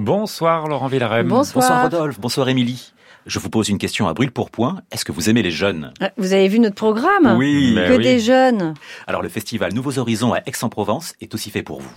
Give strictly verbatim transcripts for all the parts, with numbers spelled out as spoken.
Bonsoir Laurent Villarem. Bonsoir. Bonsoir Rodolphe, bonsoir Émilie. Je vous pose une question à brûle-pourpoint. Est-ce que vous aimez les jeunes ? Vous avez vu notre programme ? Oui. Que Ben oui. des jeunes. Alors le festival Nouveaux Horizons à Aix-en-Provence est aussi fait pour vous.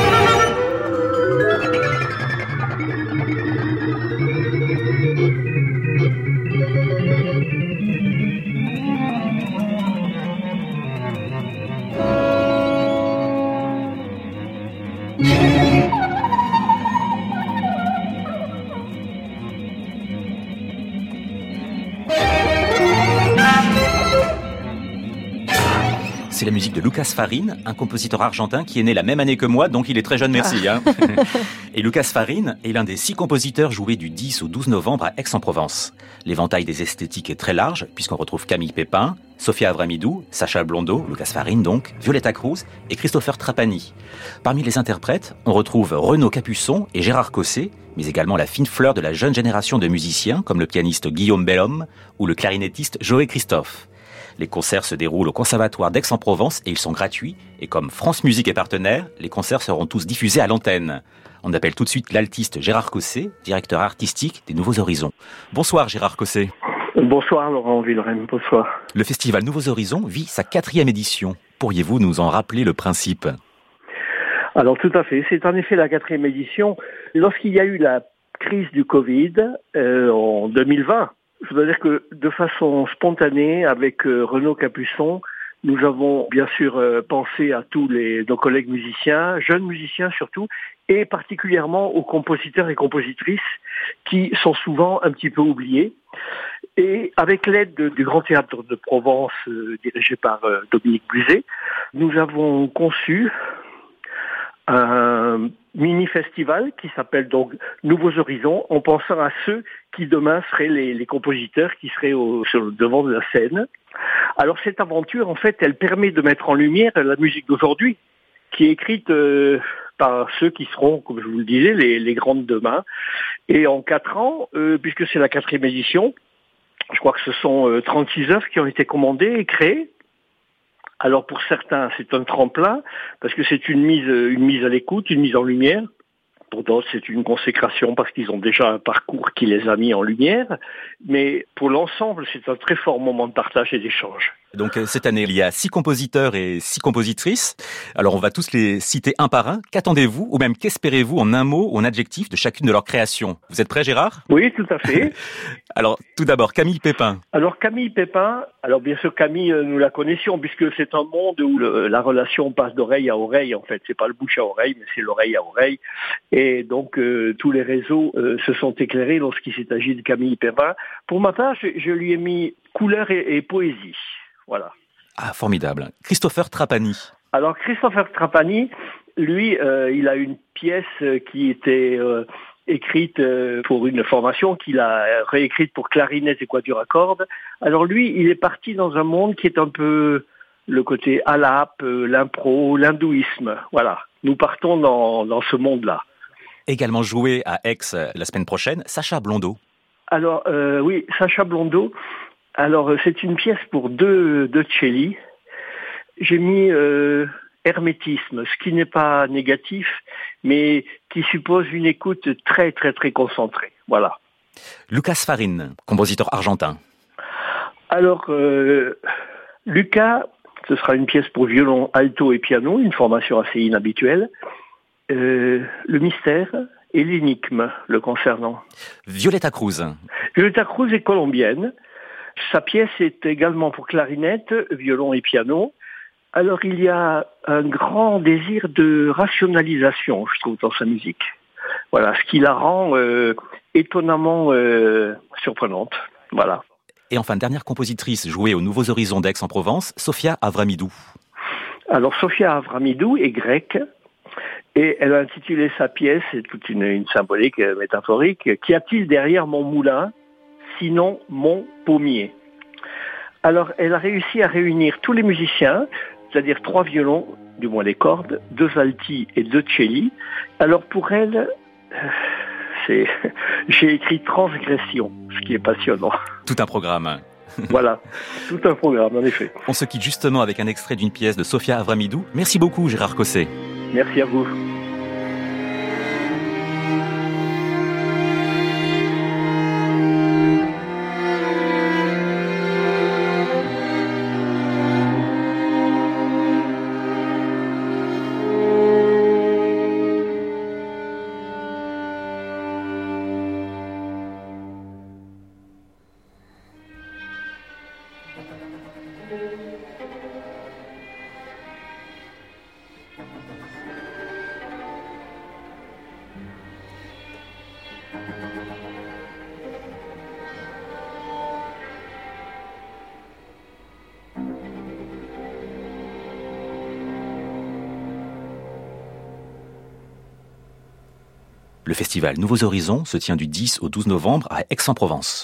C'est la musique de Lucas Farín, un compositeur argentin qui est né la même année que moi, donc il est très jeune, merci. Hein. Et Lucas Farín est l'un des six compositeurs joués du dix au douze novembre à Aix-en-Provence. L'éventail des esthétiques est très large, puisqu'on retrouve Camille Pépin, Sofia Avramidou, Sacha Blondeau, Lucas Farín donc, Violeta Cruz et Christopher Trapani. Parmi les interprètes, on retrouve Renaud Capuçon et Gérard Cosset, mais également la fine fleur de la jeune génération de musiciens, comme le pianiste Guillaume Bellhomme ou le clarinettiste Joé Christophe. Les concerts se déroulent au Conservatoire d'Aix-en-Provence et ils sont gratuits. Et comme France Musique est partenaire, les concerts seront tous diffusés à l'antenne. On appelle tout de suite l'altiste Gérard Cosset, directeur artistique des Nouveaux Horizons. Bonsoir Gérard Cosset. Bonsoir Laurent Villarem, bonsoir. Le festival Nouveaux Horizons vit sa quatrième édition. Pourriez-vous nous en rappeler le principe ? Alors tout à fait, c'est en effet la quatrième édition. Lorsqu'il y a eu la crise du Covid euh, en deux mille vingt, je dois dire que de façon spontanée, avec euh, Renaud Capuçon, nous avons bien sûr euh, pensé à tous les, nos collègues musiciens, jeunes musiciens surtout, et particulièrement aux compositeurs et compositrices qui sont souvent un petit peu oubliés. Et avec l'aide de, du Grand Théâtre de Provence, euh, dirigé par euh, Dominique Buizet, nous avons conçu un mini-festival qui s'appelle donc Nouveaux Horizons, en pensant à ceux qui demain seraient les, les compositeurs qui seraient au, sur le devant de la scène. Alors cette aventure, en fait, elle permet de mettre en lumière la musique d'aujourd'hui, qui est écrite euh, par ceux qui seront, comme je vous le disais, les, les grandes demain. Et en quatre ans, euh, puisque c'est la quatrième édition, je crois que ce sont euh, trente-six œuvres qui ont été commandées et créées. Alors pour certains, c'est un tremplin, parce que c'est une mise, une mise à l'écoute, une mise en lumière. Pour d'autres, c'est une consécration parce qu'ils ont déjà un parcours qui les a mis en lumière. Mais pour l'ensemble, c'est un très fort moment de partage et d'échange. Donc cette année, il y a six compositeurs et six compositrices. Alors on va tous les citer un par un. Qu'attendez-vous ou même qu'espérez-vous en un mot ou en adjectif de chacune de leurs créations ? Vous êtes prêt Gérard ? Oui, tout à fait. Alors tout d'abord, Camille Pépin. Alors Camille Pépin, alors bien sûr Camille, nous la connaissions puisque c'est un monde où le, la relation passe d'oreille à oreille en fait. C'est pas le bouche à oreille, mais c'est l'oreille à oreille. Et donc euh, tous les réseaux euh, se sont éclairés lorsqu'il s'est agi de Camille Pépin. Pour ma part, je, je lui ai mis couleur et, et poésie. Voilà. Ah, formidable. Christopher Trapani. Alors Christopher Trapani, lui, euh, il a une pièce qui était euh, écrite euh, pour une formation qu'il a réécrite pour clarinette et quatuor à cordes. Alors lui, il est parti dans un monde qui est un peu le côté alap, euh, l'impro, l'hindouisme. Voilà. Nous partons dans, dans ce monde-là. Également joué à Aix la semaine prochaine, Sacha Blondeau. Alors euh, oui, Sacha Blondeau. Alors, c'est une pièce pour deux, deux celli. J'ai mis euh, hermétisme, ce qui n'est pas négatif, mais qui suppose une écoute très, très, très concentrée. Voilà. Lucas Farín, compositeur argentin. Alors, euh, Lucas, ce sera une pièce pour violon, alto et piano, une formation assez inhabituelle. Euh, le mystère et l'énigme le concernant. Violeta Cruz. Violeta Cruz est colombienne. Sa pièce est également pour clarinette, violon et piano. Alors il y a un grand désir de rationalisation, je trouve, dans sa musique. Voilà, ce qui la rend euh, étonnamment euh, surprenante. Voilà. Et enfin, dernière compositrice jouée aux Nouveaux Horizons d'Aix-en-Provence, Sofia Avramidou. Alors Sofia Avramidou est grecque et elle a intitulé sa pièce, c'est toute une, une symbolique euh, métaphorique, « Qu'y a-t-il derrière mon moulin ? Sinon mon pommier ». Alors, elle a réussi à réunir tous les musiciens, c'est-à-dire trois violons, du moins les cordes, deux alti et deux celli. Alors pour elle, c'est, j'ai écrit transgression, ce qui est passionnant. Tout un programme. Voilà, tout un programme, en effet. On se quitte justement avec un extrait d'une pièce de Sofia Avramidou. Merci beaucoup, Gérard Cosset. Merci à vous. Le festival Nouveaux Horizons se tient du dix au douze novembre à Aix-en-Provence.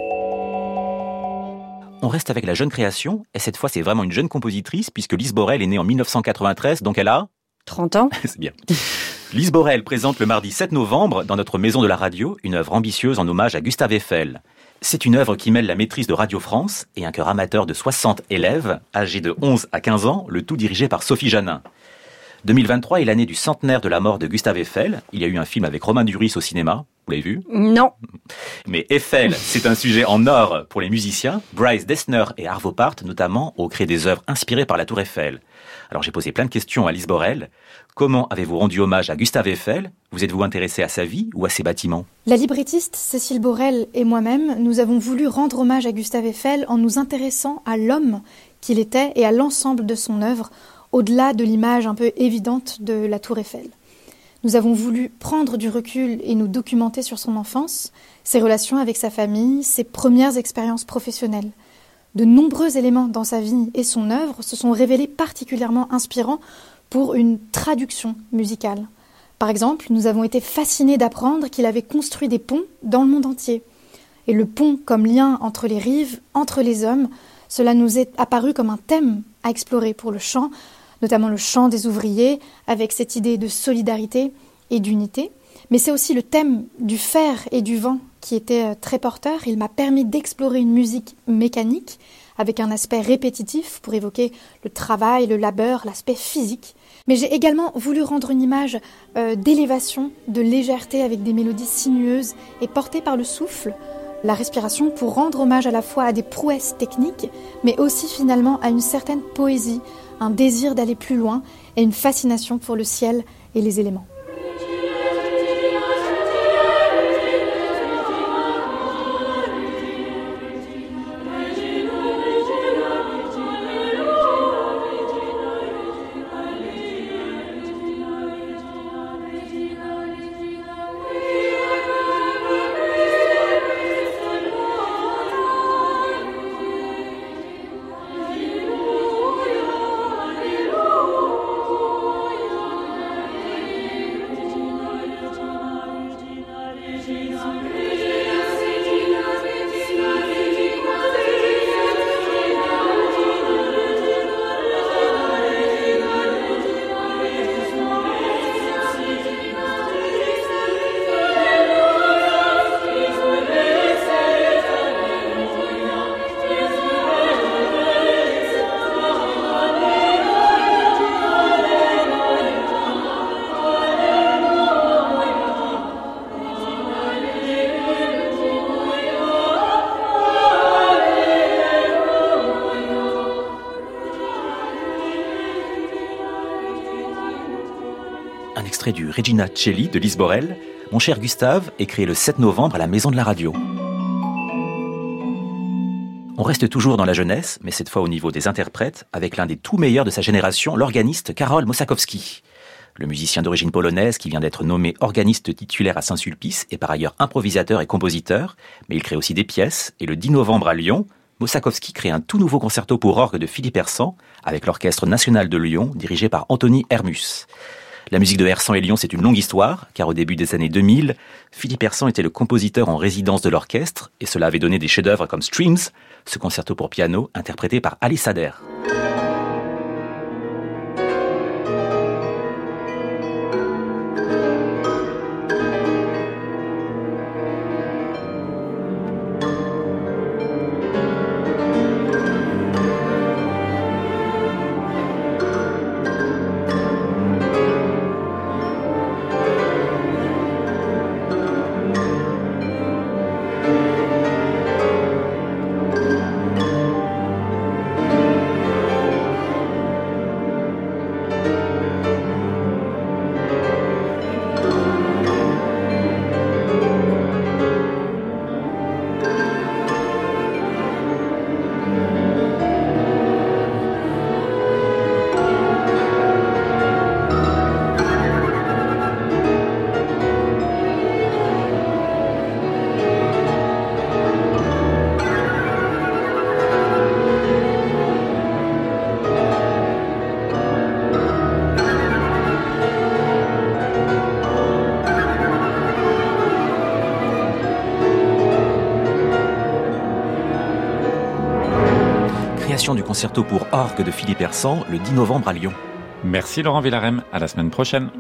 On reste avec la jeune création, et cette fois c'est vraiment une jeune compositrice, puisque Lise Borel est née en mille neuf cent quatre-vingt-treize, donc elle a... trente ans. C'est bien. Lise Borel présente le mardi sept novembre, dans notre maison de la radio, une œuvre ambitieuse en hommage à Gustave Eiffel. C'est une œuvre qui mêle la maîtrise de Radio France et un chœur amateur de soixante élèves, âgés de onze à quinze ans, le tout dirigé par Sophie Janin. deux mille vingt-trois est l'année du centenaire de la mort de Gustave Eiffel. Il y a eu un film avec Romain Duris au cinéma. Vous l'avez vu ? Non. Mais Eiffel, c'est un sujet en or pour les musiciens. Bryce Dessner et Arvo Pärt, notamment, ont créé des œuvres inspirées par la Tour Eiffel. Alors j'ai posé plein de questions à Lise Borel. Comment avez-vous rendu hommage à Gustave Eiffel ? Vous êtes-vous intéressé à sa vie ou à ses bâtiments ? La librettiste Cécile Borel et moi-même, nous avons voulu rendre hommage à Gustave Eiffel en nous intéressant à l'homme qu'il était et à l'ensemble de son œuvre, au-delà de l'image un peu évidente de la Tour Eiffel. Nous avons voulu prendre du recul et nous documenter sur son enfance, ses relations avec sa famille, ses premières expériences professionnelles. De nombreux éléments dans sa vie et son œuvre se sont révélés particulièrement inspirants pour une traduction musicale. Par exemple, nous avons été fascinés d'apprendre qu'il avait construit des ponts dans le monde entier. Et le pont comme lien entre les rives, entre les hommes, cela nous est apparu comme un thème à explorer pour le chant, notamment le chant des ouvriers, avec cette idée de solidarité et d'unité. Mais c'est aussi le thème du fer et du vent qui était très porteur. Il m'a permis d'explorer une musique mécanique, avec un aspect répétitif pour évoquer le travail, le labeur, l'aspect physique. Mais j'ai également voulu rendre une image euh, d'élévation, de légèreté, avec des mélodies sinueuses et portées par le souffle, la respiration, pour rendre hommage à la fois à des prouesses techniques, mais aussi finalement à une certaine poésie, un désir d'aller plus loin et une fascination pour le ciel et les éléments. Un extrait du Regina Coeli de Lise Borel. Mon cher Gustave est créé le sept novembre à la Maison de la Radio. On reste toujours dans la jeunesse, mais cette fois au niveau des interprètes, avec l'un des tout meilleurs de sa génération, l'organiste Karol Mossakowski. Le musicien d'origine polonaise qui vient d'être nommé organiste titulaire à Saint-Sulpice est par ailleurs improvisateur et compositeur, mais il crée aussi des pièces, et le dix novembre à Lyon, Mossakowski crée un tout nouveau concerto pour orgue de Philippe Hersant, avec l'Orchestre National de Lyon, dirigé par Anthony Hermus. La musique de Hersant et Lyon, c'est une longue histoire, car au début des années deux mille, Philippe Hersant était le compositeur en résidence de l'orchestre, et cela avait donné des chefs-d'œuvre comme Streams, ce concerto pour piano interprété par Ali Sader. adaptation du concerto pour orgue de Philippe Hersant le dix novembre à Lyon. Merci Laurent Villarem, à la semaine prochaine.